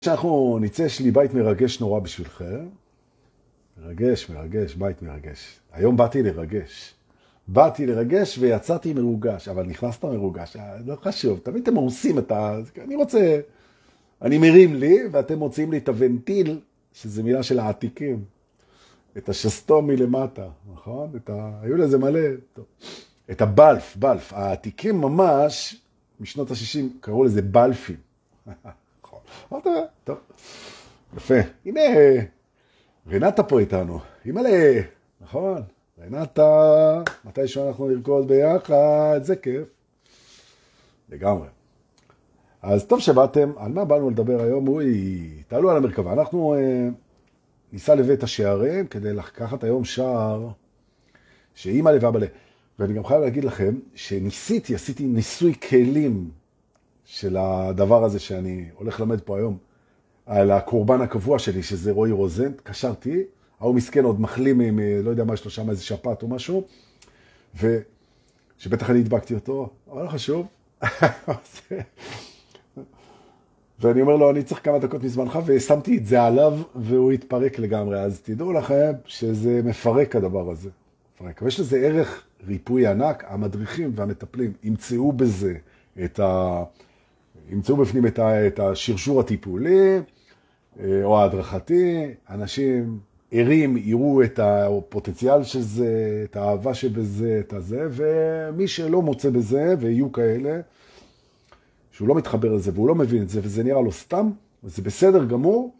שאנחנו נצא, יש לי בית מרגש נורא בשבילכם. מרגש, בית מרגש. היום באתי לרגש ויצאתי מרוגש, אבל נכנסת מרוגש. לא חשוב, תמיד אתם עושים אני מרים לי ואתם מוצאים לי את הוונטיל, שזה מילה של העתיקים. את השסתום מלמטה, נכון? היו לזה מלא. טוב. את הבלף. העתיקים ממש, משנות ה-60 קראו לזה בלפים. טוב, יפה. הנה, רנטה פה איתנו. אימא'לה, נכון? רנטה, מתי שאנחנו נרקוד ביחד, זה כיף. לגמרי. אז טוב שבאתם, על מה באנו לדבר היום? תעלו על המרכבה. אנחנו ניסע לבית השערים כדי לקחת היום שער שאימא'לה ואבא'לה. ואני גם חייב להגיד לכם עשיתי ניסוי כלים של הדבר הזה שאני הולך ללמד פה היום, על הקורבן הקבוע שלי, שזה רועי רוזן, קשרתי, הוא מסכן עוד מחלים עם, לא יודע מה יש לו שם, איזה שפעת או משהו, שבטח אני הדבקתי אותו, אבל לא חשוב. ואני אומר לו, אני צריך כמה דקות מזמנך, ושמתי את זה עליו, והוא התפרק לגמרי. אז תדעו לכם שזה מפרק הדבר הזה. מפרק. ויש לזה ערך ריפוי ענק, המדריכים והמטפלים ימצאו בזה ימצאו בפנים את השרשור הטיפולי או ההדרכתי, אנשים ערים יראו את הפוטנציאל של זה, את האהבה שבזה, את הזה, ומי שלא מוצא בזה, ויהיו כאלה, שהוא לא מתחבר לזה והוא לא מבין את זה, וזה נראה לו סתם, וזה בסדר גמור,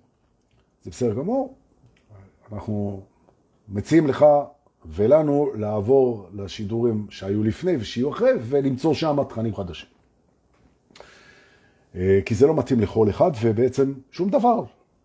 אנחנו מציעים לך ולנו לעבור לשידורים שהיו לפני ושיהיו אחרי, ולמצוא שם תכנים חדשים. כי זה לא מתאים לכל אחד, ובעצם שום דבר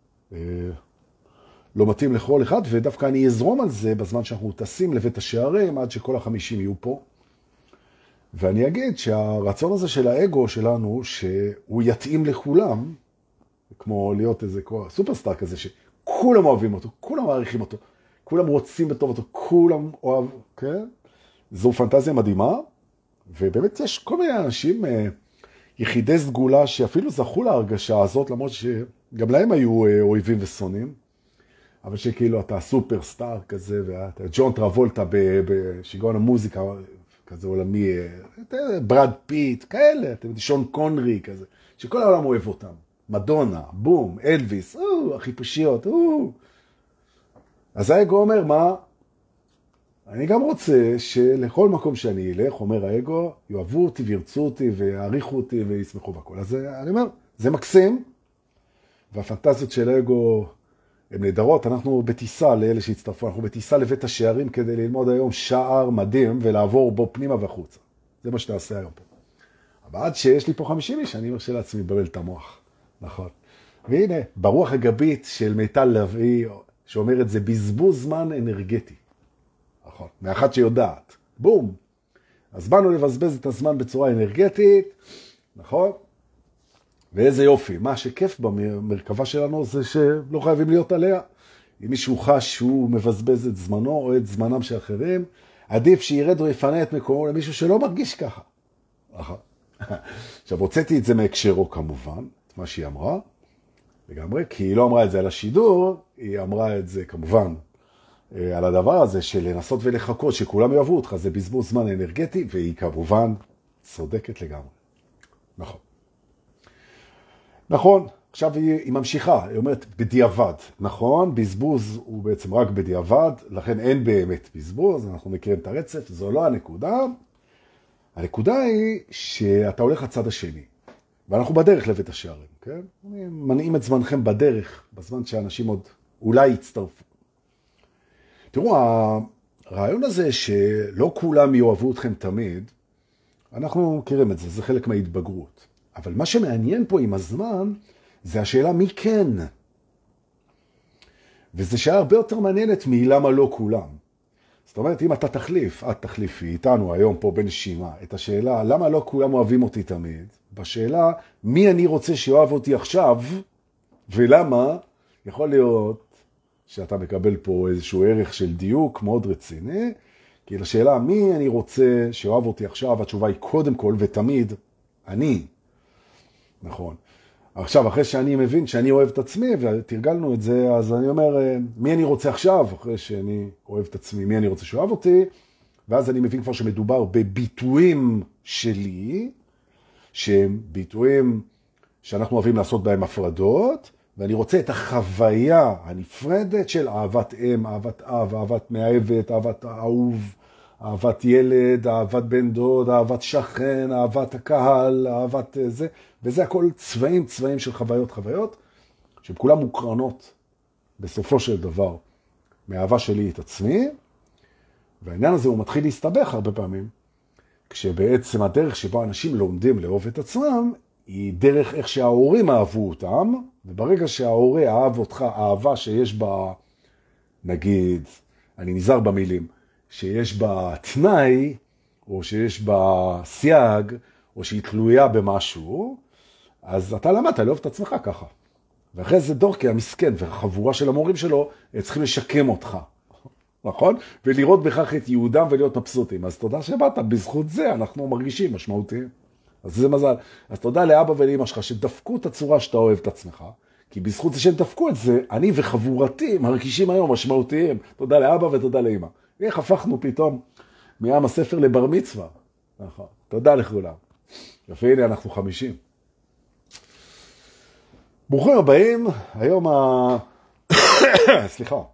לא מתאים לכל אחד, ודווקא אני אזרום על זה בזמן שאנחנו טסים לבית השערים, עד שכל ה50 יהיו פה. ואני אגיד שהרצון הזה של האגו שלנו, שהוא יתאים לכולם, כמו להיות איזה סופרסטאר כזה, שכולם אוהבים אותו, כולם מעריכים אותו, כולם רוצים בטוב אותו, כולם אוהב, כן? זו פנטזיה מדהימה, ובאמת יש כל מיני אנשים יחידי סגולה שאפילו זכו להרגשה הזאת, למרות שגם להם היו אויבים ושונאים, אבל שכאילו אתה סופרסטאר כזה, ואתה ג'ון טרבולטה בשיגעון המוזיקה כזה עולמי, ברד פיט, כאלה, אתם יודעים, שון קונרי כזה, שכל העולם אוהב אותם. מדונה, בום, אלוויס, החיפושיות, אז האגו אומר, מה? אני גם רוצה שלכל מקום שאני אלך, אומר האגו, יאהבו אותי וירצו אותי ויעריכו אותי וישמחו בכל. אז אני אומר, זה מקסים, והפנטזיות של האגו הן נהדרות. אנחנו בטיסה לאלה שהצטרפו, אנחנו בטיסה לבית השערים כדי ללמוד היום שער מדהים ולעבור בו פנימה וחוצה. זה מה שתעשה היום פה. אבל עד שיש לי פה 50 איש, אני מרשה לעצמי לבלבל את המוח. נכון. והנה, ברוח הגבית של מיטל לביא, שאומרת, זה בזבוז זמן אנרגטי. נכון, מאחת שיודעת. בום. אז באנו לבזבז את הזמן בצורה אנרגטית, נכון? ואיזה יופי. מה שכיף במרכבה שלנו זה שלא חייבים להיות עליה. אם מישהו חש שהוא מבזבז את זמנו או את זמנם של אחרים, עדיף שירד או יפנה את מקומו למישהו שלא מרגיש ככה. נכון. עכשיו, הוצאתי את זה מהקשרו כמובן, את מה שהיא אמרה, לגמרי, כי היא לא אמרה את זה על השידור, היא אמרה את זה כמובן על הדבר הזה של לנסות ולחכות שכולם יאהבו אותך, זה בזבוז זמן אנרגטי, והיא כמובן צודקת לגמרי. נכון. נכון, עכשיו היא ממשיכה, היא אומרת בדיעבד, נכון, בזבוז הוא בעצם רק בדיעבד, לכן אין באמת בזבוז, אנחנו מכירים את הרצף, זו לא הנקודה. הנקודה היא שאתה הולך לצד השני, ואנחנו בדרך לבית השערים, כן? מנעים את זמנכם בדרך, בזמן שאנשים עוד אולי יצטרפו. תראו, הרעיון הזה שלא כולם יאהבו אתכם תמיד, אנחנו מכירים את זה, זה חלק מההתבגרות. אבל מה שמעניין פה עם הזמן, זה השאלה מי כן. וזו שאלה הרבה יותר מעניינת מלמה לא כולם. זאת אומרת, אם אתה תחליף, את תחליפי איתנו היום פה בנשימה, את השאלה למה לא כולם אוהבים אותי תמיד, בשאלה מי אני רוצה שאוהב אותי עכשיו, ולמה, יכול להיות שאתה מקבל פה איזשהו ערך של דיוק מאוד רציני, כי לשאלה מי אני רוצה שאוהב אותי עכשיו, התשובה היא קודם כל ותמיד אני. נכון. עכשיו, אחרי שאני מבין שאני אוהב את עצמי, ותרגלנו את זה, אז אני אומר, מי אני רוצה עכשיו, אחרי שאני אוהב את עצמי, מי אני רוצה שאוהב אותי, ואז אני מבין כבר שמדובר בביטויים שלי, שהם ביטויים שאנחנו אוהבים לעשות בהם הפרדות, ואני רוצה את החוויה הנפרדת של אהבת אם, אהבת אב, אהבת מאהבת, אהבת אהוב, אהבת ילד, אהבת בן דוד, אהבת שכן, אהבת הקהל, אהבת זה, וזה הכל צבעים של חוויות, שהן כולן מוקרנות בסופו של דבר מאהבה שלי את עצמי, והעניין הזה הוא מתחיל להסתבך הרבה פעמים, כשבעצם הדרך שבה אנשים לומדים לאהוב את עצמם, היא דרך איך שההורים אהבו אותם, וברגע שההורה אהב אותך אהבה שיש בה, נגיד, אני נזהר במילים, שיש בה תנאי, או שיש בה סייג, או שהיא תלויה במשהו, אז אתה למדת לאהוב את עצמך ככה. ואחרי זה דורקי המסכן והחבורה של המורים שלו, צריכים לשקם אותך. נכון? ולראות בכך את יהודם ולהיות מבסוטים. אז תודה שבאת, בזכות זה אנחנו מרגישים משמעותיים. אז זה מזל. אז תודה לאבא ולאמא שלך שדפקו את הצורה שאתה אוהב את עצמך, כי בזכות זה שהם דפקו את זה, אני וחבורתי מרגישים היום משמעותיים. תודה לאבא ותודה לאמא. איך הפכנו פתאום מעם הספר לבר מצווה. נכון. תודה לכולם. יפה, הנה אנחנו 50. ברוכים הבאים, היום סליחה.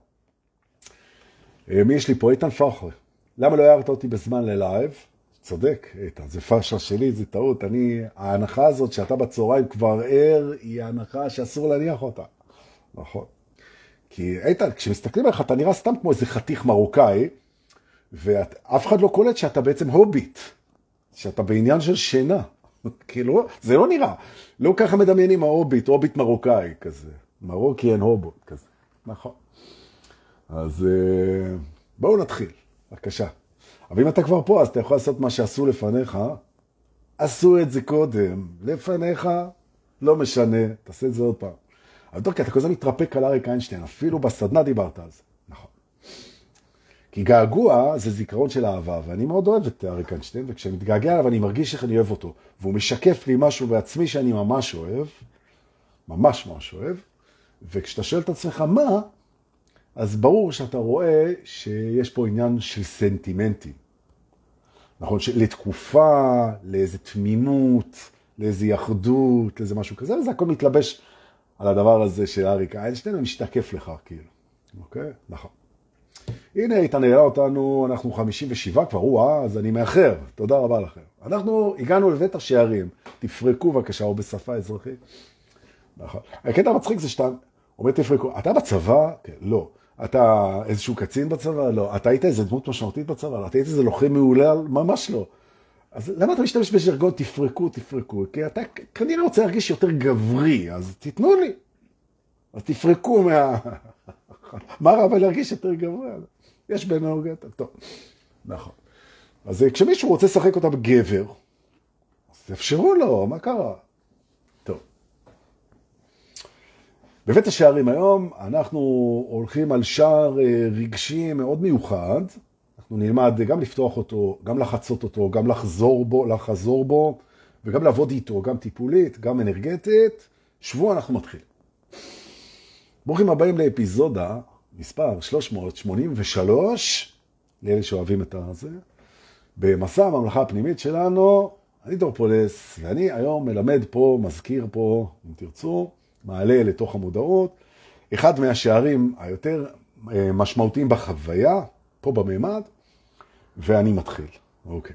מי יש לי פה? איתן פרחר. למה לא הערת אותי בזמן ללייב? צודק, איתן, זה פרשה שלי, זה טעות. ההנחה הזאת שאתה בצהריים כבר ער, היא ההנחה שאסור להניח אותה. נכון. כי איתן, כשמסתכלים עליך, אתה נראה סתם כמו איזה חתיך מרוקאי, ואף אחד לא קולט שאתה בעצם הוביט, שאתה בעניין של שינה. כאילו, זה לא נראה. לא ככה מדמיינים ההוביט, הוביט מרוקאי כזה. מרוקי אין הובוט כזה. נכון. אז בואו נתחיל, בבקשה. אבל אם אתה כבר פה, אז אתה יכול לעשות מה שעשו לפניך. עשו את זה קודם. לפניך, לא משנה. תעשה את זה עוד פעם. אבל דורקי, אתה כל זה מתרפק על אריק איינשטיין. אפילו בסדנה דיברת על זה. נכון. כי געגוע זה זיכרון של אהבה, ואני מאוד אוהב את אריק איינשטיין, וכשאני מתגעגע עליו אני מרגיש איך אני אוהב אותו. והוא משקף לי משהו בעצמי שאני ממש אוהב. ממש אוהב. וכשאתה שואל את עצמך מה, אז ברור שאתה רואה שיש פה עניין של סנטימנטים. נכון, לתקופה, לאיזה תמימות, לאיזה יחדות, לאיזה משהו כזה, וזה הכל מתלבש על הדבר הזה של אריק איינשטיין, ומשתקף לך כאילו. אוקיי? נכון. הנה, איתן העלה אותנו, אנחנו 57 כבר, אז אני מאחר. תודה רבה לכם. אנחנו הגענו לבית השערים. תפרקו בבקשה, או בשפה אזרחית. נכון. הקטע המצחיק זה שאתה אומר תפרקו. אתה בצבא? כן, לא. אתה איזשהו קצין בצבא? לא. אתה היית איזה דמות משמעותית בצבא? לא. אתה היית איזה לוחם מעולה? ממש לא. אז למה אתה משתמש בז'רגון תפרקו? כי אתה כנראה רוצה להרגיש יותר גברי, אז תיתנו לי. אז תפרקו מה רע בלהרגיש יותר גברי? יש בינינו גטה. טוב. נכון. אז כשמישהו רוצה לשחק אותה בגבר, אז תאפשרו לו, מה קרה? טוב. בבית השערים היום אנחנו הולכים על שער רגשי מאוד מיוחד. אנחנו נלמד גם לפתוח אותו, גם לחצות אותו, גם לחזור בו, וגם לעבוד איתו, גם טיפולית, גם אנרגטית. שבוע אנחנו מתחילים. ברוכים הבאים לאפיזודה, מספר 383, לאלה שאוהבים את הזה, במסע הממלכה הפנימית שלנו. אני דורפולס, ואני היום מלמד פה, מזכיר פה, אם תרצו, מעלה לתוך המודעות, אחד מהשערים היותר משמעותיים בחוויה, פה בממד, ואני מתחיל. אוקיי.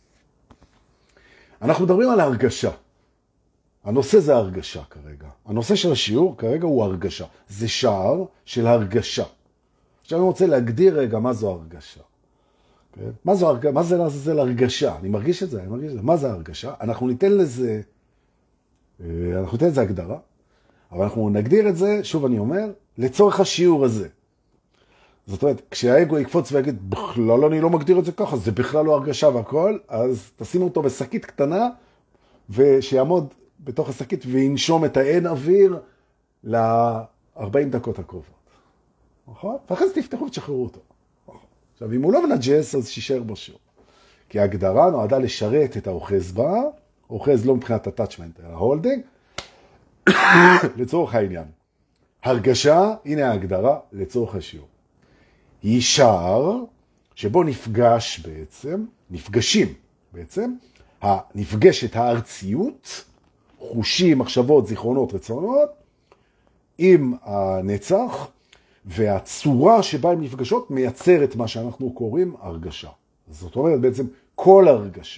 אנחנו מדברים על הרגשה. הנושא זה הרגשה כרגע. הנושא של השיעור כרגע הוא הרגשה. זה שער של הרגשה. עכשיו אני רוצה להגדיר רגע מה זו הרגשה. כן? מה זה להרגשה? אני מרגיש את זה, מה זה הרגשה? אנחנו ניתן לזה הגדרה, אבל אנחנו נגדיר את זה, שוב אני אומר, לצורך השיעור הזה. זאת אומרת, כשהאגו יקפוץ ויגיד, בכלל אני לא מגדיר את זה ככה, זה בכלל לא הרגשה והכל, אז תשימו אותו בשקית קטנה, ושיעמוד בתוך השקית וינשום את האין אוויר ל-40 דקות הקרובות. נכון? ואחרי זה תפתחו ותשחררו אותו. עכשיו, אם הוא לא מנג'ס, אז שישאר בשיעור. כי ההגדרה נועדה לשרת את האוחז בה, אוחז לא מבחינת הטאצ'מנט, אלא הולדינג, לצורך העניין. הרגשה, הנה ההגדרה לצורך השיעור. היא שער שבו נפגשים בעצם, נפגשת הארציות, חושים, מחשבות, זיכרונות, רצונות, עם הנצח, והצורה שבה הן נפגשות מייצרת מה שאנחנו קוראים הרגשה. זאת אומרת בעצם כל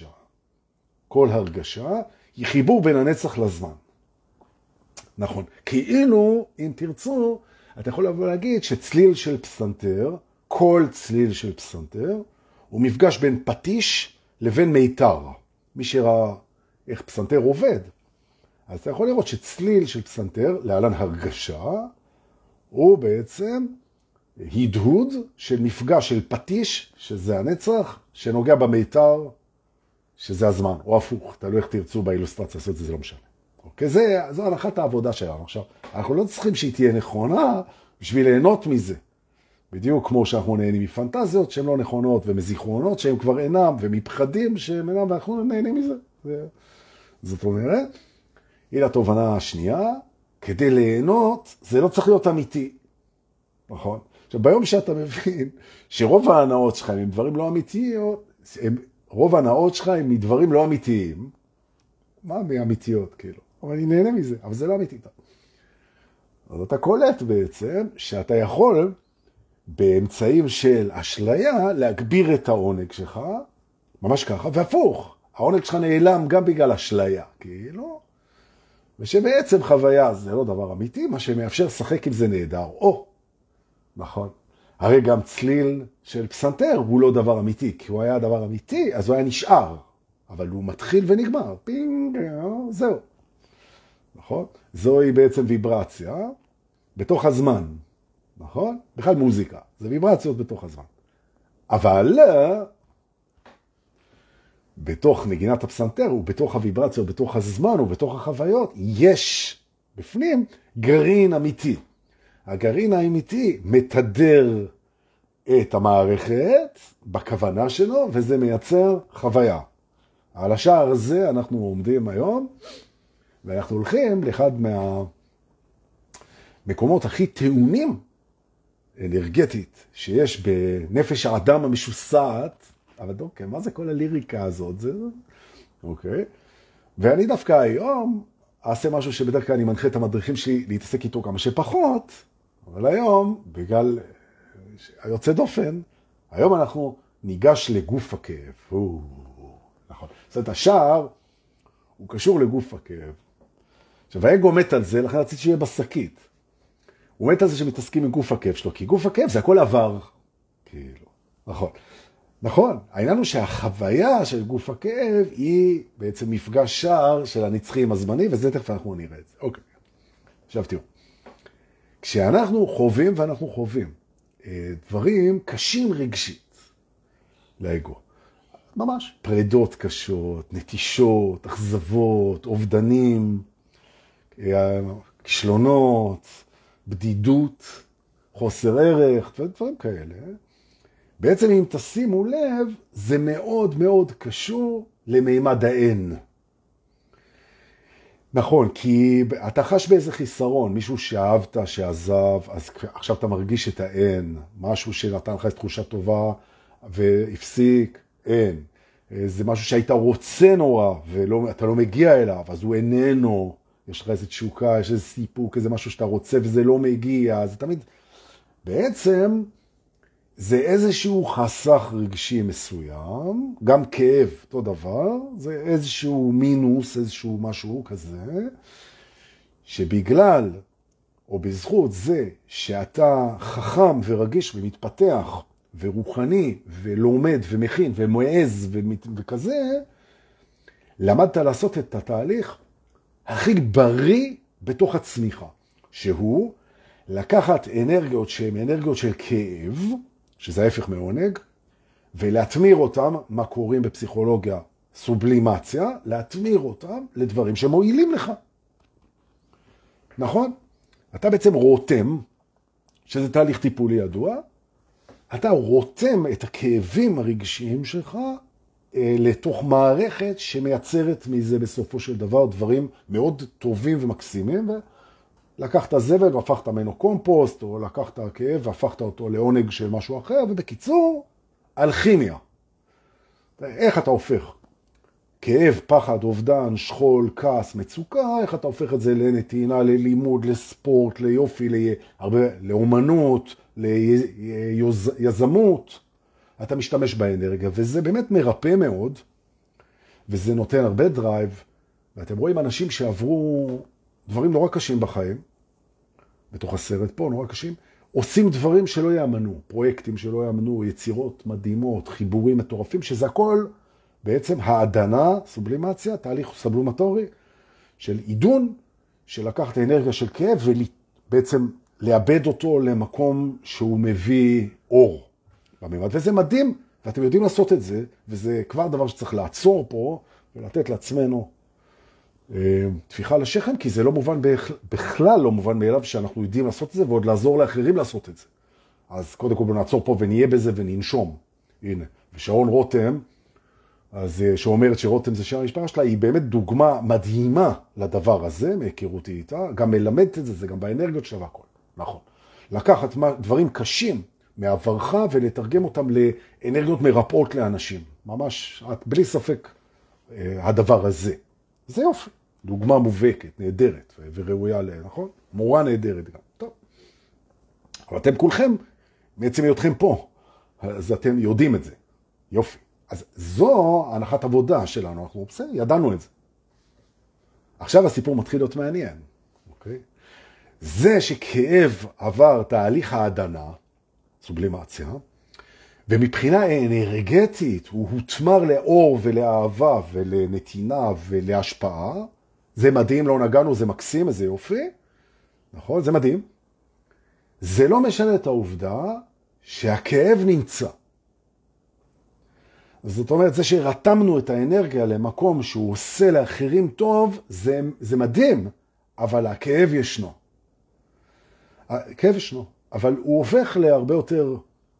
הרגשה היא חיבור בין הנצח לזמן. נכון. כאילו, אם תרצו, אתה יכול לבוא להגיד שצליל של פסנתר, כל צליל של פסנתר, הוא מפגש בין פטיש לבין מיתר. מי שראה איך פסנתר עובד, אז אתה יכול לראות שצליל של פסנתר, להלן הרגשה, הוא בעצם הדהוד של מפגש של פטיש, שזה הנצח, שנוגע במיתר, שזה הזמן, או הפוך, תלוי איך תרצו באילוסטרציה, לעשות זה לא משנה. אוקיי, זו הנחת העבודה שלנו. עכשיו, אנחנו לא צריכים שהיא תהיה נכונה בשביל ליהנות מזה. בדיוק כמו שאנחנו נהנים מפנטזיות שהן לא נכונות, ומזיכרונות שהן כבר אינם, ומפחדים שהן אינם, ואנחנו נהנים מזה. זאת אומרת, הנה התובנה השנייה, כדי ליהנות, זה לא צריך להיות אמיתי. נכון? עכשיו, ביום שאתה מבין שרוב ההנאות שלך הם דברים לא אמיתיות, רוב ההנאות שלך הם מדברים לא אמיתיים, מה מאמיתיות, כאילו? אבל אני נהנה מזה, אבל זה לא אמיתי. אז אתה קולט בעצם שאתה יכול באמצעים של אשליה להגביר את העונג שלך, ממש ככה, והפוך. העונג שלך נעלם גם בגלל אשליה, כאילו, ושבעצם חוויה זה לא דבר אמיתי, מה שמאפשר לשחק עם זה נהדר. נכון. הרי גם צליל של פסנתר הוא לא דבר אמיתי, כי הוא היה דבר אמיתי, אז הוא היה נשאר. אבל הוא מתחיל ונגמר, פינג, זהו. נכון? זוהי בעצם ויברציה בתוך הזמן. נכון? בכלל מוזיקה, זה ויברציות בתוך הזמן. אבל בתוך נגינת הפסנתר, ובתוך הוויברציות, בתוך הזמן ובתוך החוויות, יש בפנים גרעין אמיתי. הגרעין האמיתי מתדר את המערכת בכוונה שלו, וזה מייצר חוויה. על השער הזה אנחנו עומדים היום, ואנחנו הולכים לאחד מהמקומות הכי טעונים אנרגטית שיש בנפש האדם המשוסעת, אבל אוקיי, מה זה כל הליריקה הזאת? זה, אוקיי. ואני דווקא היום אעשה משהו שבדרך כלל אני מנחה את המדריכים שלי להתעסק איתו כמה שפחות, אבל היום, בגלל היוצא דופן, היום אנחנו ניגש לגוף הכאב. נכון. זאת אומרת, השער הוא קשור לגוף הכאב. עכשיו, האגו מת על זה, לכן רציתי שיהיה בשקית. הוא מת על זה שמתעסקים עם גוף הכאב שלו, כי גוף הכאב זה הכל עבר. כאילו, נכון. נכון, העניין הוא שהחוויה של גוף הכאב היא בעצם מפגש שער של הנצחים הזמני, וזה תכף אנחנו נראה את זה. אוקיי. עכשיו תראו. כשאנחנו חווים ואנחנו חווים דברים קשים רגשית לאגו, ממש פרדות קשות, נטישות, אכזבות, אובדנים, כישלונות, בדידות, חוסר ערך, דברים כאלה. בעצם אם תשימו לב, זה מאוד מאוד קשור למימד האין. נכון, כי אתה חש באיזה חיסרון, מישהו שאהבת, שעזב, אז עכשיו אתה מרגיש את האין, משהו שנתן לך תחושה טובה והפסיק, אין. זה משהו שהיית רוצה נורא, ואתה לא מגיע אליו, אז הוא איננו, יש לך איזו תשוקה, יש איזה סיפוק, איזה משהו שאתה רוצה וזה לא מגיע, זה תמיד, בעצם זה איזשהו חסך רגשי מסוים, גם כאב, אותו דבר, זה איזשהו מינוס, איזשהו משהו כזה, שבגלל או בזכות זה שאתה חכם ורגיש ומתפתח ורוחני ולומד ומכין ומועז וכזה, למדת לעשות את התהליך הכי בריא בתוך הצמיחה, שהוא לקחת אנרגיות שהן אנרגיות של כאב, שזה ההפך מעונג, ולהתמיר אותם, מה קוראים בפסיכולוגיה סובלימציה, להתמיר אותם לדברים שמועילים לך. נכון? אתה בעצם רותם, שזה תהליך טיפולי ידוע, אתה רותם את הכאבים הרגשיים שלך לתוך מערכת שמייצרת מזה בסופו של דבר דברים מאוד טובים ומקסימים, ולקחת זבל והפכת ממנו קומפוסט, או לקחת כאב והפכת אותו לעונג של משהו אחר, ובקיצור, אלכימיה. איך אתה הופך? כאב, פחד, אובדן, שכול, כעס, מצוקה, איך אתה הופך את זה לנתינה, ללימוד, לספורט, ליופי, לאומנות, ליזמות. אתה משתמש באנרגיה, וזה באמת מרפא מאוד, וזה נותן הרבה דרייב, ואתם רואים אנשים שעברו דברים נורא קשים בחיים, בתוך הסרט פה, נורא קשים, עושים דברים שלא יאמנו, פרויקטים שלא יאמנו, יצירות מדהימות, חיבורים מטורפים, שזה הכל בעצם העדנה, סובלימציה, תהליך סובלימטורי, של עידון, של לקחת האנרגיה של כאב, ובעצם לאבד אותו למקום שהוא מביא אור. בממד. וזה מדהים, ואתם יודעים לעשות את זה, וזה כבר דבר שצריך לעצור פה, ולתת לעצמנו תפיחה לשכם, כי זה לא מובן, בכלל לא מובן מאליו שאנחנו יודעים לעשות את זה, ועוד לעזור לאחרים לעשות את זה. אז קודם כל נעצור פה ונהיה בזה וננשום. הנה, ושרון רותם, אז שאומרת שרותם זה שם המשפחה שלה, היא באמת דוגמה מדהימה לדבר הזה, מהיכרותי איתה, גם מלמדת את זה, זה גם באנרגיות שלה והכל. נכון. לקחת דברים קשים, מעברך ולתרגם אותם לאנרגיות מרפאות לאנשים. ממש, בלי ספק, הדבר הזה. זה יופי. דוגמה מובהקת, נהדרת וראויה נכון? מורה נהדרת גם. טוב. אבל אתם כולכם, מעצם היותכם פה, אז אתם יודעים את זה. יופי. אז זו הנחת עבודה שלנו. אנחנו בסדר, ידענו את זה. עכשיו הסיפור מתחיל להיות מעניין. אוקיי? זה שכאב עבר תהליך העדנה, סובלימציה, ומבחינה אנרגטית הוא הותמר לאור ולאהבה ולנתינה ולהשפעה. זה מדהים, לא נגענו, זה מקסים, זה יופי. נכון? זה מדהים. זה לא משנה את העובדה שהכאב נמצא. זאת אומרת, זה שרתמנו את האנרגיה למקום שהוא עושה לאחרים טוב, זה מדהים, אבל הכאב ישנו. הכאב ישנו. אבל הוא הופך להרבה יותר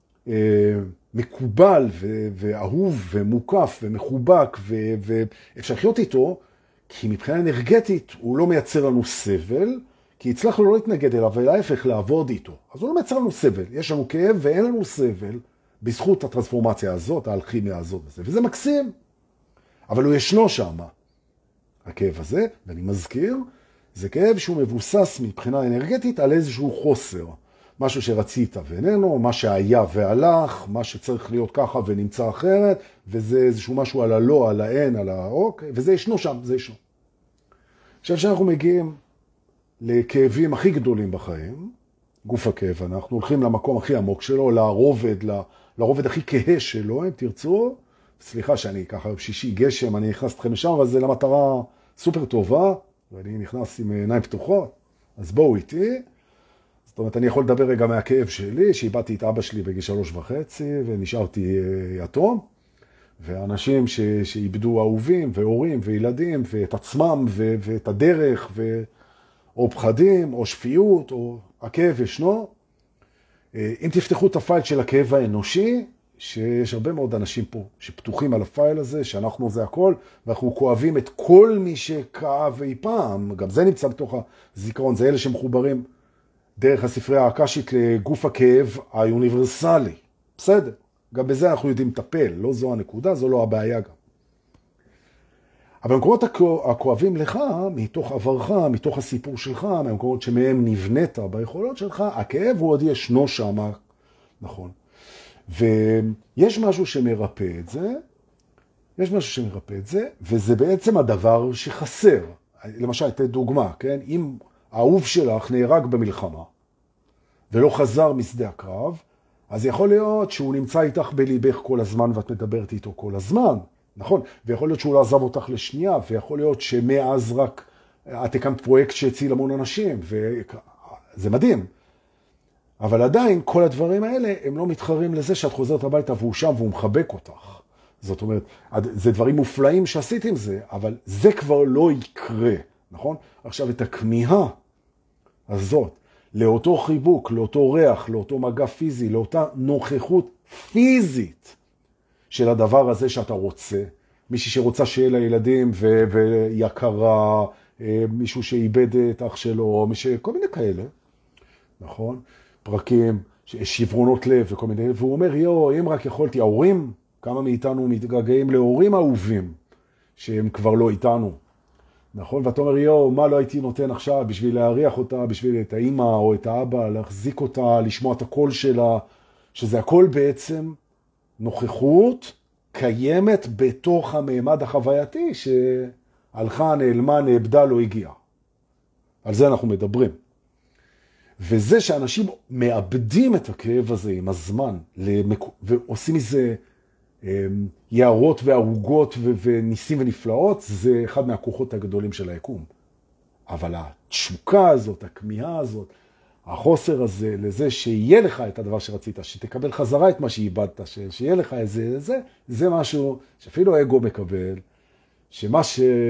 מקובל ואהוב ומוקף ומחובק ואפשר לחיות איתו, כי מבחינה אנרגטית הוא לא מייצר לנו סבל, כי הצלחנו לא להתנגד אליו, ולהפך לעבוד איתו. אז הוא לא מייצר לנו סבל. יש לנו כאב ואין לנו סבל בזכות הטרנספורמציה הזאת, האלכימיה הזאת וזה מקסים. אבל הוא ישנו שם, הכאב הזה, ואני מזכיר, זה כאב שהוא מבוסס מבחינה אנרגטית על איזשהו חוסר. משהו שרצית ואיננו, מה שהיה והלך, מה שצריך להיות ככה ונמצא אחרת, וזה איזשהו משהו על הלא, על האין, על האוקיי, וזה ישנו שם, זה ישנו. עכשיו שאנחנו מגיעים לכאבים הכי גדולים בחיים, גוף הכאב, אנחנו הולכים למקום הכי עמוק שלו, לרובד הכי כהה שלו, אם תרצו, סליחה שאני ככה בשישי גשם, אני נכנס אתכם לשם, אבל זה למטרה סופר טובה, ואני נכנס עם עיניים פתוחות, אז בואו איתי. זאת אומרת, אני יכול לדבר רגע מהכאב שלי, שאיבדתי את אבא שלי בגיל 3.5, ונשארתי יתום, ואנשים שאיבדו אהובים, והורים, וילדים, ואת עצמם, ואת הדרך, או פחדים, או שפיות, או הכאב ישנו. אם תפתחו את הפייל של הכאב האנושי, שיש הרבה מאוד אנשים פה שפתוחים על הפייל הזה, שאנחנו זה הכל, ואנחנו כואבים את כל מי שכאב אי פעם, גם זה נמצא בתוך הזיכרון, זה אלה שמחוברים דרך הספרייה האקשית לגוף הכאב האוניברסלי. בסדר, גם בזה אנחנו יודעים לטפל, לא זו הנקודה, זו לא הבעיה גם. אבל במקומות הכואבים לך, מתוך עברך, מתוך הסיפור שלך, מהמקומות שמהם נבנית ביכולות שלך, הכאב הוא עוד ישנו שם, נכון. ויש משהו שמרפא את זה, וזה בעצם הדבר שחסר. למשל, אתן דוגמה, כן? אם האהוב שלך נהרג במלחמה, ולא חזר משדה הקרב, אז יכול להיות שהוא נמצא איתך בליבך כל הזמן, ואת מדברת איתו כל הזמן, נכון? ויכול להיות שהוא לא עזב אותך לשנייה, ויכול להיות שמאז רק את הקמת פרויקט שהציל המון אנשים, וזה מדהים. אבל עדיין כל הדברים האלה הם לא מתחרים לזה שאת חוזרת הביתה והוא שם והוא מחבק אותך. זאת אומרת, זה דברים מופלאים שעשית עם זה, אבל זה כבר לא יקרה, נכון? עכשיו את הכמיהה הזאת, לאותו חיבוק, לאותו ריח, לאותו מגע פיזי, לאותה נוכחות פיזית של הדבר הזה שאתה רוצה. מישהי שרוצה שיהיה לה ילדים ויקרה, מישהו שאיבד את אח שלו, כל מיני כאלה, נכון? פרקים, שברונות לב וכל מיני, והוא אומר, אם רק יכולתי, ההורים, כמה מאיתנו מתגעגעים להורים אהובים, שהם כבר לא איתנו, נכון? ואתה אומר, מה לא הייתי נותן עכשיו בשביל להריח אותה, בשביל את האמא או את האבא, להחזיק אותה, לשמוע את הקול שלה, שזה הכל בעצם נוכחות קיימת בתוך הממד החווייתי, שהלכה, נעלמה, נאבדה, לא הגיעה. על זה אנחנו מדברים. וזה שאנשים מאבדים את הכאב הזה עם הזמן, ועושים מזה יערות והרוגות וניסים ונפלאות, זה אחד מהכוחות הגדולים של היקום. אבל התשוקה הזאת, הכמיהה הזאת, החוסר הזה לזה שיהיה לך את הדבר שרצית, שתקבל חזרה את מה שאיבדת, שיהיה לך איזה, זה משהו שאפילו האגו מקבל, שמה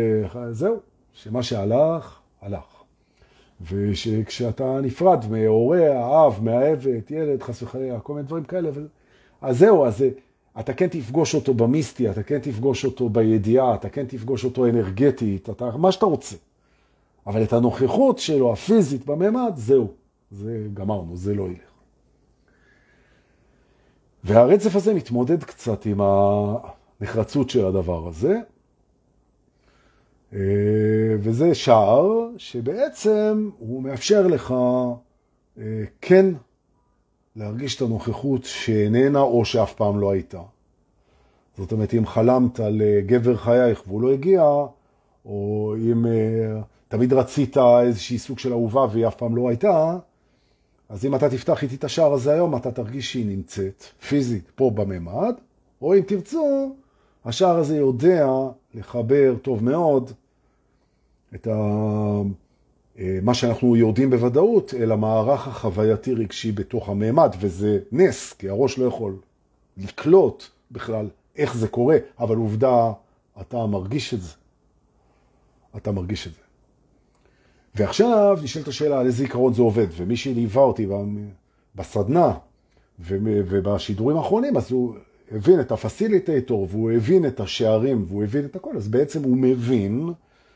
שהלך, הלך. ושכשאתה נפרד מההורה, האב, מהאהבת, ילד, חס וחלילה, כל מיני דברים כאלה, אז זהו, אתה כן תפגוש אותו במיסטי, אתה כן תפגוש אותו בידיעה, אתה כן תפגוש אותו אנרגטית, מה שאתה רוצה. אבל את הנוכחות שלו, הפיזית בממד, זהו. זה גמרנו, זה לא ילך. והרצף הזה מתמודד קצת עם הנחרצות של הדבר הזה, וזה שער שבעצם הוא מאפשר לך כן להרגיש את הנוכחות שאיננה או שאף פעם לא הייתה. זאת אומרת, אם חלמת על גבר חייך והוא לא הגיע, או אם תמיד רצית איזושהי סוג של אהובה והיא אף פעם לא הייתה, אז אם אתה תפתח איתי את השער הזה היום, אתה תרגיש שהיא נמצאת פיזית פה בממד, או אם תרצו, השער הזה יודע לחבר טוב מאוד את מה שאנחנו יודעים בוודאות, אל המערך החווייתי רגשי בתוך הממד, וזה נס, כי הראש לא יכול לקלוט בכלל איך זה קורה, אבל עובדה, אתה מרגיש את זה. אתה מרגיש את זה. ועכשיו נשאלת השאלה על איזה עיקרון זה עובד, ומי שליווה אותי בסדנה ובשידורים האחרונים, אז הוא הבין את הפסיליטייטור, והוא הבין את השערים, והוא הבין את הכל, אז בעצם הוא מבין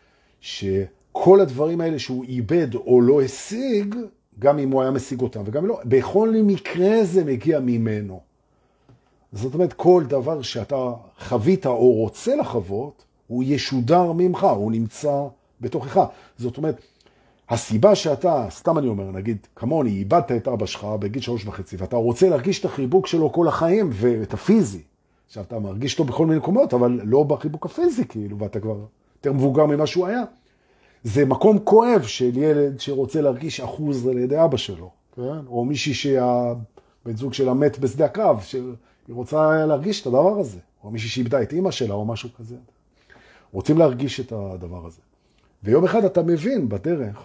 שכל הדברים האלה שהוא איבד או לא השיג, גם אם הוא היה משיג אותם, וגם לא, בכל מקרה זה מגיע ממנו. זאת אומרת, כל דבר שאתה חווית או רוצה לחוות, הוא ישודר ממך, הוא נמצא בתוכך. זאת אומרת, הסיבה שאתה, סתם אני אומר, נגיד, כמוני, איבדת את אבא שלך בגיל 3.5, ואתה רוצה להרגיש את החיבוק שלו כל החיים, ואת הפיזי. עכשיו, אתה מרגיש אותו בכל מיני מקומות, אבל לא בחיבוק הפיזי, כאילו, ואתה כבר יותר מבוגר ממה שהוא היה. זה מקום כואב של ילד שרוצה להרגיש אחוז על ידי אבא שלו, כן? או מישהי שהבן זוג שלה מת בשדה הקרב, שהיא רוצה להרגיש את הדבר הזה, או מישהי שאיבדה את אמא שלה, או משהו כזה. רוצים להרגיש את הדבר הזה. ויום אחד אתה מבין בדרך,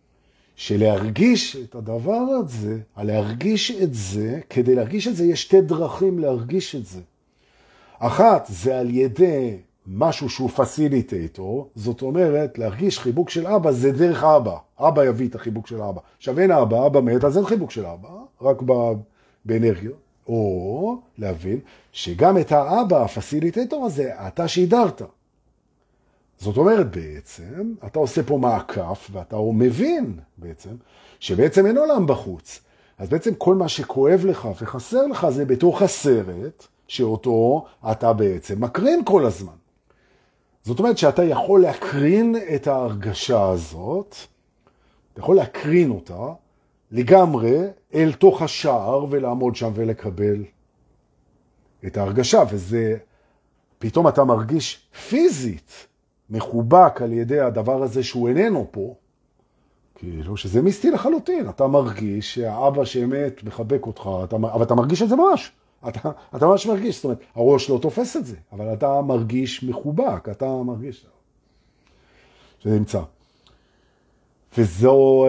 שלהרגיש את הדבר הזה, להרגיש את זה, כדי להרגיש את זה, יש שתי דרכים להרגיש את זה. אחת, זה על ידי משהו שהוא פסיליטייטור, זאת אומרת, להרגיש חיבוק של אבא, זה דרך אבא. אבא יביא את החיבוק של אבא. עכשיו אין אבא, אבא מת, אז אין חיבוק של אבא, רק באנרגיה. או להבין שגם את האבא, הפסיליטייטור הזה, אתה שידרת. זאת אומרת בעצם, אתה עושה פה מעקף, ואתה מבין בעצם, שבעצם אין עולם בחוץ. אז בעצם כל מה שכואב לך וחסר לך זה בתוך הסרט, שאותו אתה בעצם מקרין כל הזמן. זאת אומרת שאתה יכול להקרין את ההרגשה הזאת, אתה יכול להקרין אותה לגמרי אל תוך השער ולעמוד שם ולקבל את ההרגשה, וזה פתאום אתה מרגיש פיזית מחובק על ידי הדבר הזה שהוא איננו פה, כאילו שזה מיסטי לחלוטין, אתה מרגיש שהאבא שמת מחבק אותך, אבל אתה מרגיש את זה ממש. אתה ממש מרגיש, זאת אומרת, הראש לא תופס את זה, אבל אתה מרגיש מחובק, אתה מרגיש שזה נמצא. וזו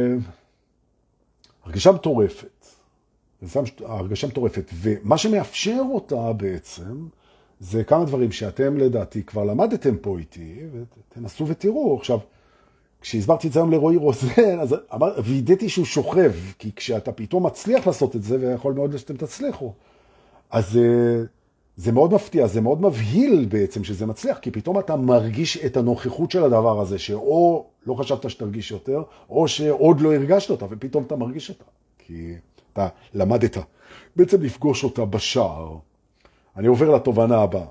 הרגשה מטורפת, הרגשה מטורפת, ומה שמאפשר אותה בעצם, זה כמה דברים שאתם לדעתי כבר למדתם פה איתי, ותנסו ותראו. עכשיו, כשהסברתי את זה היום לרועי רוזן, אז וידאתי שהוא שוכב, כי כשאתה פתאום מצליח לעשות את זה, ויכול מאוד שאתם תצליחו, אז זה מאוד מפתיע, זה מאוד מבהיל בעצם שזה מצליח, כי פתאום אתה מרגיש את הנוכחות של הדבר הזה, שאו לא חשבת שתרגיש יותר, או שעוד לא הרגשת אותה, ופתאום אתה מרגיש אותה. כי אתה למדת בעצם לפגוש אותה בשער. אני עובר לתובנה הבאה.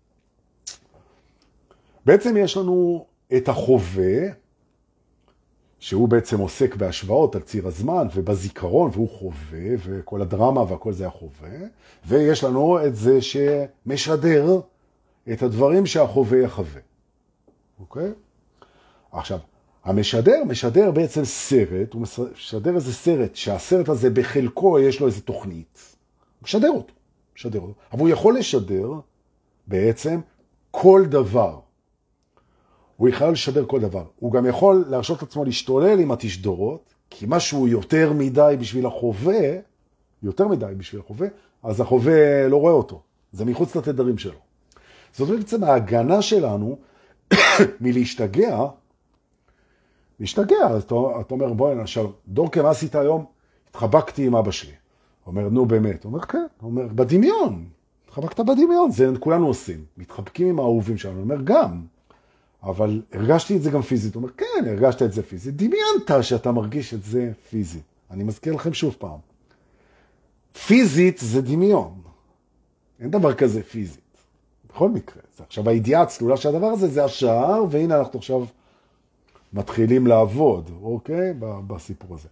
בעצם יש לנו את החווה, שהוא בעצם עוסק בהשוואות על ציר הזמן ובזיכרון, והוא חווה, וכל הדרמה והכל זה החווה, ויש לנו את זה שמשדר את הדברים שהחווה יחווה. אוקיי? עכשיו, משדר בעצם סרט, הוא משדר איזה סרט, שהסרט הזה בחלקו יש לו איזה תוכנית. משדר אותו. אבל הוא יכול לשדר בעצם כל דבר. הוא יכול לשדר כל דבר. הוא גם יכול להרשות עצמו להשתולל עם התשדורות, כי משהו יותר מדי בשביל החווה, אז החווה לא רואה אותו. זה מחוץ לתדרים שלו. זאת בעצם ההגנה שלנו מלהשתגע, אז אתה אומר, בואי נשאר, דורקה, מה עשית היום? התחבקתי עם אבא שלי. הוא אומר, נו באמת. הוא אומר, כן. הוא אומר, בדמיון. התחבקת בדמיון. זה כולנו עושים. מתחבקים עם האהובים שלנו. הוא אומר, גם. אבל הרגשתי את זה גם פיזית. הוא אומר, כן, הרגשת את זה פיזית. דמיינת שאתה מרגיש את זה פיזית. אני מזכיר לכם שוב פעם. פיזית זה דמיון. אין דבר כזה פיזית. בכל מקרה. עכשיו, הידיעה הצלולה שהדבר הזה זה השער, והנה אנחנו עכשיו מתחילים לעבוד, אוקיי? בסיפור הזה.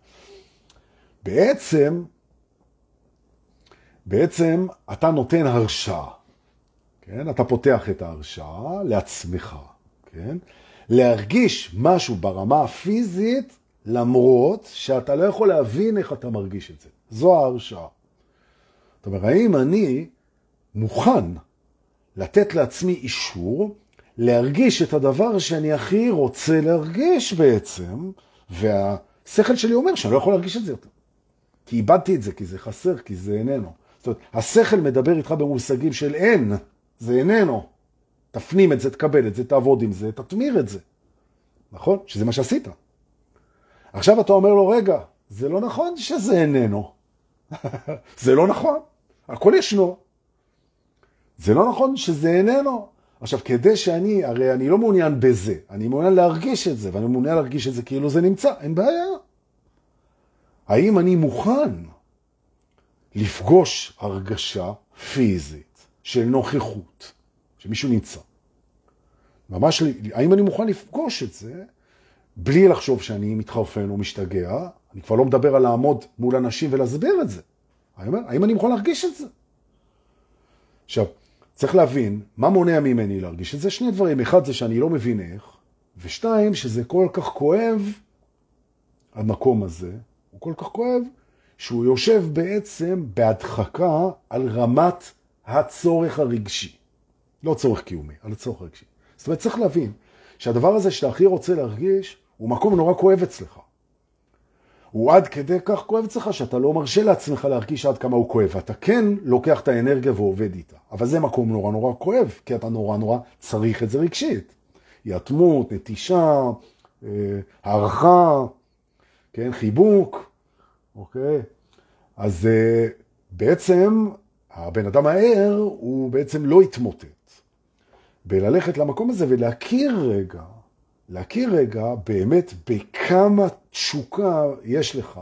בעצם אתה נותן הרשאה. כן? אתה פותח את ההרשאה לעצמך. כן? להרגיש משהו ברמה הפיזית, למרות שאתה לא יכול להבין איך אתה מרגיש את זה. זו ההרשאה. זאת אומרת, האם אני מוכן לתת לעצמי אישור, להרגיש את הדבר שאני הכי רוצה להרגיש בעצם, והשכל שלי אומר שאני לא יכול להרגיש את זה יותר. כי איבדתי את זה, כי זה חסר, כי זה איננו. זאת אומרת, השכל מדבר איתך במושגים של אין, זה איננו. תפנים את זה, תקבל את זה, תעבוד עם זה, תתמיר את זה. נכון? שזה מה שעשית. עכשיו אתה אומר לו, רגע, זה לא נכון שזה איננו. זה לא נכון. הכל ישנו. זה לא נכון שזה איננו. עכשיו, כדי הרי אני לא מעוניין בזה, אני מעוניין להרגיש את זה, ואני מעוניין להרגיש את זה כאילו זה נמצא, אין בעיה. האם אני מוכן לפגוש הרגשה פיזית של נוכחות, שמישהו נמצא? ממש, האם אני מוכן לפגוש את זה, בלי לחשוב שאני מתחרפן או משתגע? אני כבר לא מדבר על לעמוד מול אנשים ולהסביר את זה. האם אני מוכן להרגיש את זה? עכשיו, צריך להבין מה מונע ממני להרגיש את זה. שני דברים. אחד זה שאני לא מבין איך, ושתיים שזה כל כך כואב, המקום הזה, הוא כל כך כואב, שהוא יושב בעצם בהדחקה על רמת הצורך הרגשי. לא צורך קיומי, על הצורך הרגשי. זאת אומרת, צריך להבין שהדבר הזה שאתה הכי רוצה להרגיש, הוא מקום נורא כואב אצלך. הוא עד כדי כך כואב אצלך שאתה לא מרשה לעצמך להרגיש עד כמה הוא כואב. אתה כן לוקח את האנרגיה ועובד איתה. אבל זה מקום נורא נורא כואב, כי אתה נורא צריך את זה רגשית. יתמות, נטישה, הערכה, כן, חיבוק, אוקיי? אז בעצם הבן אדם הער הוא בעצם לא התמוטט. בללכת למקום הזה להכיר רגע באמת בכמה תשוקה יש לך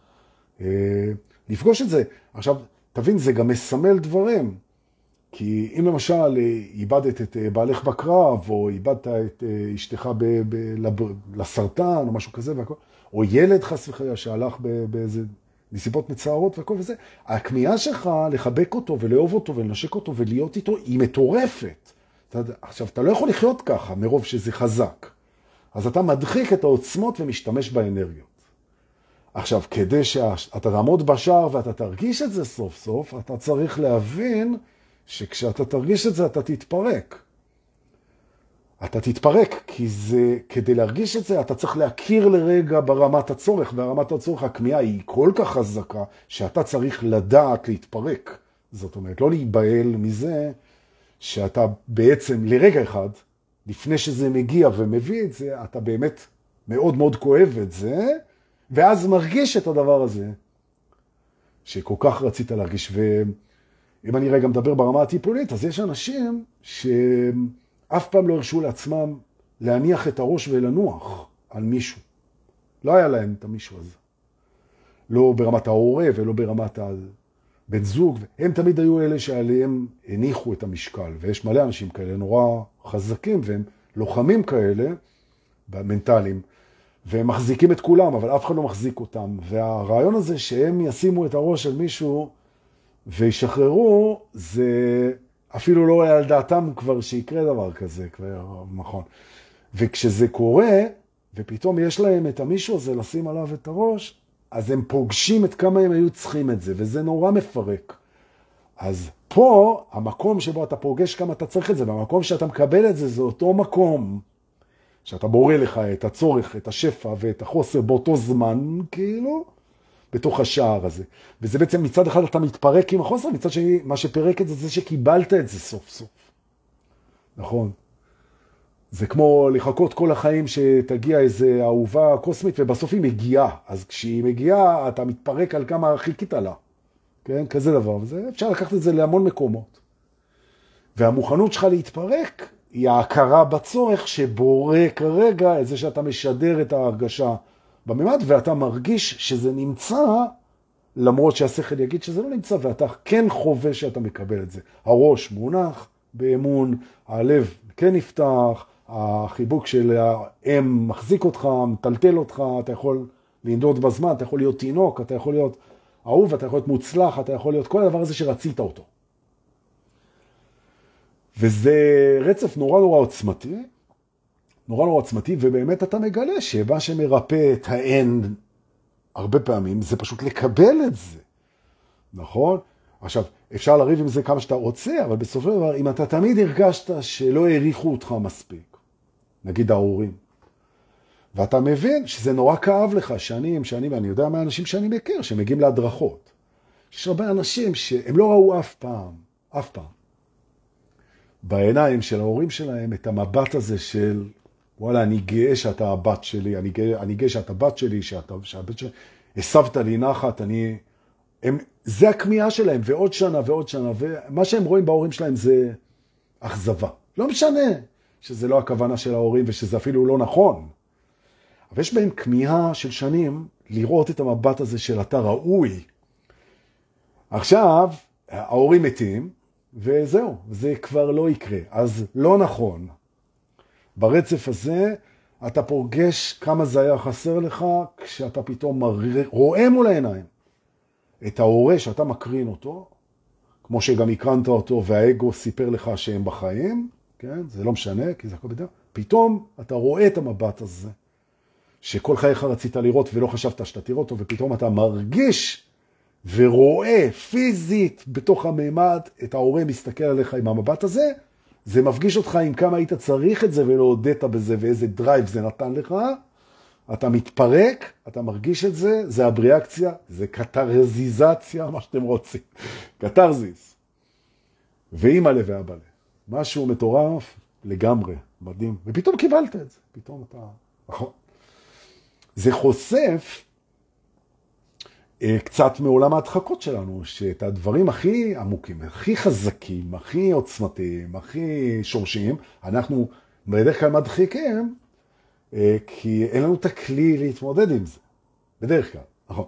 לפגוש את זה. עכשיו, תבין, זה גם מסמל דברים. כי אם למשל איבדת את בעלך בקרב, או איבדת את אשתך לסרטן, או משהו כזה, או ילד חס וחלילה שהלך באיזה נסיבות מצערות וכל וזה, הכמיהה שלך לחבק אותו ולאהוב אותו ולנשק אותו ולהיות איתו היא מטורפת. עכשיו, אתה לא יכול לחיות ככה מרוב שזה חזק. אז אתה מדחיק את העוצמות ומשתמש באנרגיות. עכשיו, כדי שאתה תעמוד בשער ואתה תרגיש את זה סוף סוף, אתה צריך להבין שכשאתה תרגיש את זה אתה תתפרק. אתה תתפרק, כי כדי להרגיש את זה אתה צריך להכיר לרגע ברמת הצורך, והרמת הצורך הכמיהה היא כל כך חזקה שאתה צריך לדעת להתפרק. זאת אומרת, לא להיבהל מזה שאתה בעצם לרגע אחד, לפני שזה מגיע ומביא את זה, אתה באמת מאוד מאוד כואב את זה, ואז מרגיש את הדבר הזה, שכל כך רצית להרגיש. אם אני רגע מדבר ברמה הטיפולית, אז יש אנשים שאף פעם לא הרשו לעצמם להניח את הראש ולנוח על מישהו. לא היה להם את המישהו הזה. לא ברמת ההורה ולא ברמת הבן זוג. הם תמיד היו אלה שעליהם הניחו את המשקל. ויש מלא אנשים כאלה נורא חזקים, והם לוחמים כאלה, במנטליים, והם מחזיקים את כולם, אבל אף אחד לא מחזיק אותם. והרעיון הזה שהם ישימו את הראש על מישהו וישחררו, זה אפילו לא היה על דעתם כבר שיקרה דבר כזה, כבר נכון. וכשזה קורה, ופתאום יש להם את המישהו הזה לשים עליו את הראש, אז הם פוגשים את כמה הם היו צריכים את זה, וזה נורא מפרק. אז פה, המקום שבו אתה פוגש כמה אתה צריך את זה, והמקום שאתה מקבל את זה, זה אותו מקום שאתה בורא לך את הצורך, את השפע ואת החוסר באותו זמן, כאילו, בתוך השער הזה. וזה בעצם מצד אחד אתה מתפרק עם החוסר, מצד שני, מה שפרק את זה, זה שקיבלת את זה סוף סוף. נכון? זה כמו לחכות כל החיים שתגיע איזו אהובה קוסמית, ובסוף היא מגיעה. אז כשהיא מגיעה, אתה מתפרק על כמה חיכית לה. כן? כזה דבר. וזה, אפשר לקחת את זה להמון מקומות. והמוכנות שלך להתפרק, היא ההכרה בצורך שבורא כרגע את זה שאתה משדר את ההרגשה בממד, ואתה מרגיש שזה נמצא, למרות שהשכל יגיד שזה לא נמצא, ואתה כן חווה שאתה מקבל את זה. הראש מונח באמון, הלב כן נפתח, החיבוק של האם מחזיק אותך, מטלטל אותך, אתה יכול לנדוד בזמן, אתה יכול להיות תינוק, אתה יכול להיות אהוב, אתה יכול להיות מוצלח, אתה יכול להיות כל הדבר הזה שרצית אותו. וזה רצף נורא נורא עוצמתי, נורא נורא עוצמתי, ובאמת אתה מגלה שמה שמרפא את האין הרבה פעמים, זה פשוט לקבל את זה. נכון? עכשיו, אפשר לריב עם זה כמה שאתה רוצה, אבל בסופו של דבר, אם אתה תמיד הרגשת שלא העריכו אותך מספיק, נגיד ההורים, ואתה מבין שזה נורא כאב לך שנים, ואני יודע מה האנשים שאני מכיר, שמגיעים להדרכות. יש הרבה אנשים שהם לא ראו אף פעם, בעיניים של ההורים שלהם, את המבט הזה של, וואלה, אני גאה שאתה הבת שלי, אני גאה שאתה בת שלי, שהבת שלי, הסבת לי נחת, זה הכמיהה שלהם, ועוד שנה ועוד שנה, ומה שהם רואים בהורים שלהם זה אכזבה. לא משנה שזה לא הכוונה של ההורים, ושזה אפילו לא נכון. אבל יש בהם כמיהה של שנים לראות את המבט הזה של אתה ראוי. עכשיו, ההורים מתים, וזהו, זה כבר לא יקרה. אז לא נכון. ברצף הזה, אתה פוגש כמה זה היה חסר לך, כשאתה פתאום רואה מול העיניים את ההורה שאתה מקרין אותו, כמו שגם הקרנת אותו והאגו סיפר לך שהם בחיים, כן? זה לא משנה, כי זה הכל בדרך. פתאום אתה רואה את המבט הזה, שכל חייך רצית לראות ולא חשבת שאתה תראה אותו, ופתאום אתה מרגיש ורואה פיזית בתוך הממד את ההורה מסתכל עליך עם המבט הזה, זה מפגיש אותך עם כמה היית צריך את זה ולא הודית בזה ואיזה דרייב זה נתן לך, אתה מתפרק, אתה מרגיש את זה, זה הבריאקציה, זה קטרזיזציה, מה שאתם רוצים, קטרזיס. ואימא לב ואבא לב. משהו מטורף לגמרי, מדהים. ופתאום קיבלת את זה, פתאום אתה, נכון. זה חושף קצת מעולם ההדחקות שלנו, שאת הדברים הכי עמוקים, הכי חזקים, הכי עוצמתיים, הכי שורשיים, אנחנו בדרך כלל מדחיקים, כי אין לנו את הכלי להתמודד עם זה. בדרך כלל, נכון.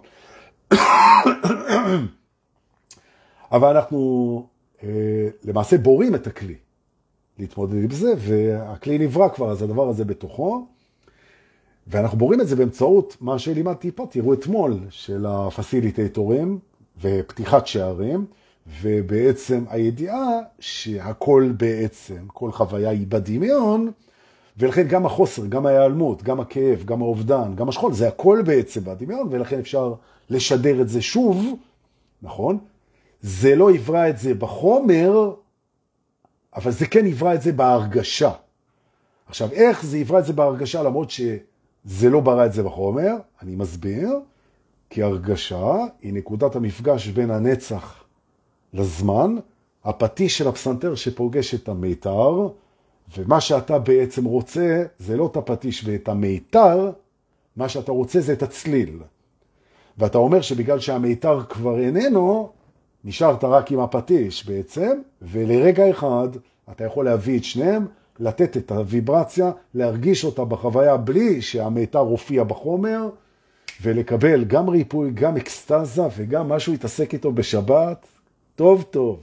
אבל אנחנו למעשה בורים את הכלי להתמודד עם זה, והכלי נברא כבר, אז הדבר הזה בתוכו, ואנחנו בורים את זה באמצעות מה שלימדתי פה, תראו אתמול, של הפסיליטטורים ופתיחת שערים, ובעצם הידיעה שהכל בעצם, כל חוויה היא בדמיון, ולכן גם החוסר, גם ההיעלמות, גם הכאב, גם האובדן, גם השכול, זה הכל בעצם בדמיון, ולכן אפשר לשדר את זה שוב, נכון? זה לא יברא את זה בחומר, אבל זה כן יברא את זה בהרגשה. עכשיו, איך זה יברא את זה בהרגשה, למרות שזה לא ברא את זה בחומר? אני מסביר, כי הרגשה היא נקודת המפגש בין הנצח לזמן, הפטיש של הפסנתר שפוגש את המיתר, ומה שאתה בעצם רוצה זה לא את הפטיש ואת המיתר, מה שאתה רוצה זה את הצליל. ואתה אומר שבגלל שהמיתר כבר איננו, נשארת רק עם הפטיש בעצם, ולרגע אחד אתה יכול להביא את שניהם, לתת את הוויברציה, להרגיש אותה בחוויה בלי שהמיתר הופיע בחומר, ולקבל גם ריפוי, גם אקסטזה, וגם משהו יתעסק איתו בשבת. טוב, טוב.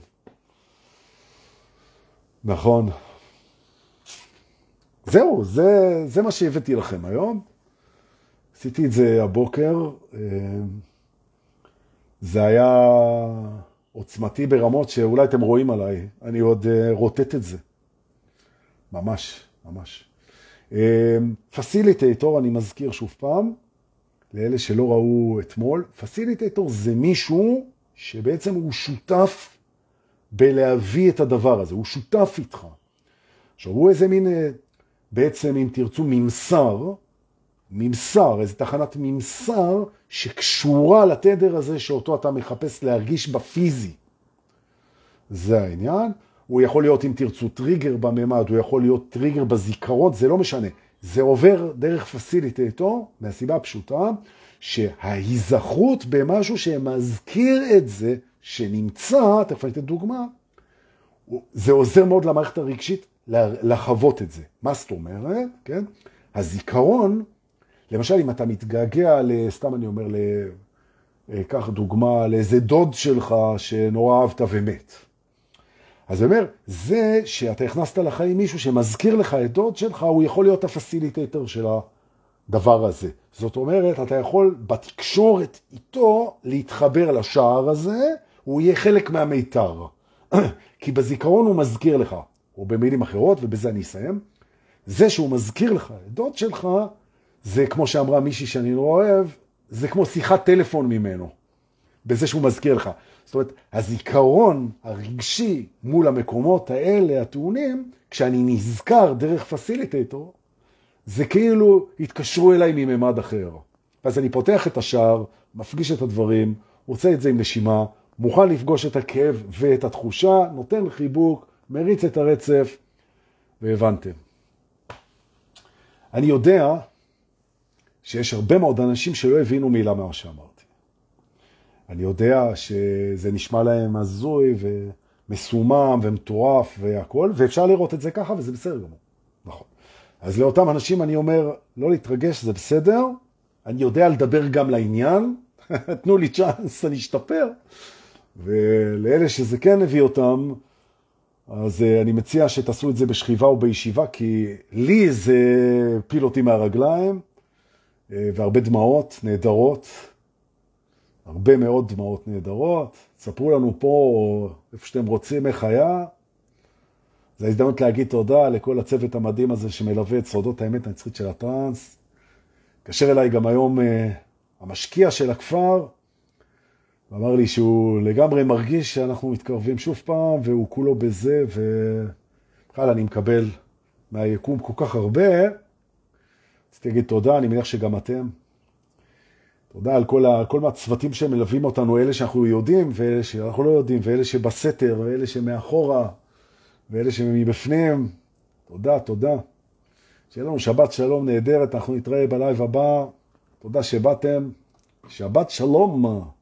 נכון. זהו, זה מה שהבאתי לכם היום. עשיתי את זה הבוקר. זה היה עוצמתי ברמות שאולי אתם רואים עליי. אני עוד רוטט את זה. ממש, ממש. פסיליטייטור, אני מזכיר שוב פעם, לאלה שלא ראו אתמול, פסיליטייטור זה מישהו שבעצם הוא שותף בלהביא את הדבר הזה, הוא שותף איתך. עכשיו הוא איזה מין, בעצם אם תרצו ממסר, איזה תחנת ממסר שקשורה לתדר הזה שאותו אתה מחפש להרגיש בפיזי. זה העניין. הוא יכול להיות, אם תרצו, טריגר בממד, הוא יכול להיות טריגר בזיכרון, זה לא משנה. זה עובר דרך פסיליטייטור, מהסיבה הפשוטה, שההיזכרות במשהו שמזכיר את זה, שנמצא, תכף אני אתן דוגמה, זה עוזר מאוד למערכת הרגשית לחוות את זה. מה זאת אומרת? כן? הזיכרון, למשל, אם אתה מתגעגע, סתם אני אומר, כך דוגמה, לאיזה דוד שלך שנורא אהבת ומת. אז זה אומר, זה שאתה הכנסת לחיים מישהו שמזכיר לך את דוד שלך, הוא יכול להיות הפסיליטייטר של הדבר הזה. זאת אומרת, אתה יכול בתקשורת איתו להתחבר לשער הזה, הוא יהיה חלק מהמיתר. כי בזיכרון הוא מזכיר לך, או במילים אחרות, ובזה אני אסיים, זה שהוא מזכיר לך את דוד שלך, זה כמו שאמרה מישהי שאני לא אוהב, זה כמו שיחת טלפון ממנו, בזה שהוא מזכיר לך. זאת אומרת, הזיכרון הרגשי מול המקומות האלה, הטעונים, כשאני נזכר דרך פסיליטייטור, זה כאילו התקשרו אליי מממד אחר. אז אני פותח את השער, מפגיש את הדברים, רוצה את זה עם נשימה, מוכן לפגוש את הכאב ואת התחושה, נותן חיבוק, מריץ את הרצף, והבנתם. אני יודע שיש הרבה מאוד אנשים שלא הבינו מילה מה שאמרתי. אני יודע שזה נשמע להם הזוי ומסומם ומטורף והכל, ואפשר לראות את זה ככה וזה בסדר גמור. נכון. אז לאותם אנשים אני אומר, לא להתרגש, זה בסדר. אני יודע לדבר גם לעניין. תנו לי צ'אנס, אני אשתפר. ולאלה שזה כן הביא אותם, אז אני מציע שתעשו את זה בשכיבה או בישיבה, כי לי זה פיל אותי מהרגליים, והרבה דמעות נהדרות. הרבה מאוד דמעות נהדרות. ספרו לנו פה איפה שאתם רוצים איך היה. זו ההזדמנות להגיד תודה לכל הצוות המדהים הזה שמלווה את סודות האמת הנצחית של הטרנס. קשר אליי גם היום המשקיע של הכפר, ואמר לי שהוא לגמרי מרגיש שאנחנו מתקרבים שוב פעם, והוא כולו בזה, ובכלל אני מקבל מהיקום כל כך הרבה. אז תגיד תודה, אני מניח שגם אתם. תודה על כל מהצוותים שמלווים אותנו, אלה שאנחנו יודעים ואלה שאנחנו לא יודעים, ואלה שבסתר, ואלה שמאחורה, ואלה שמבפנים. תודה, תודה. שיהיה לנו שבת שלום נהדרת, אנחנו נתראה בלייב הבא. תודה שבאתם. שבת שלום.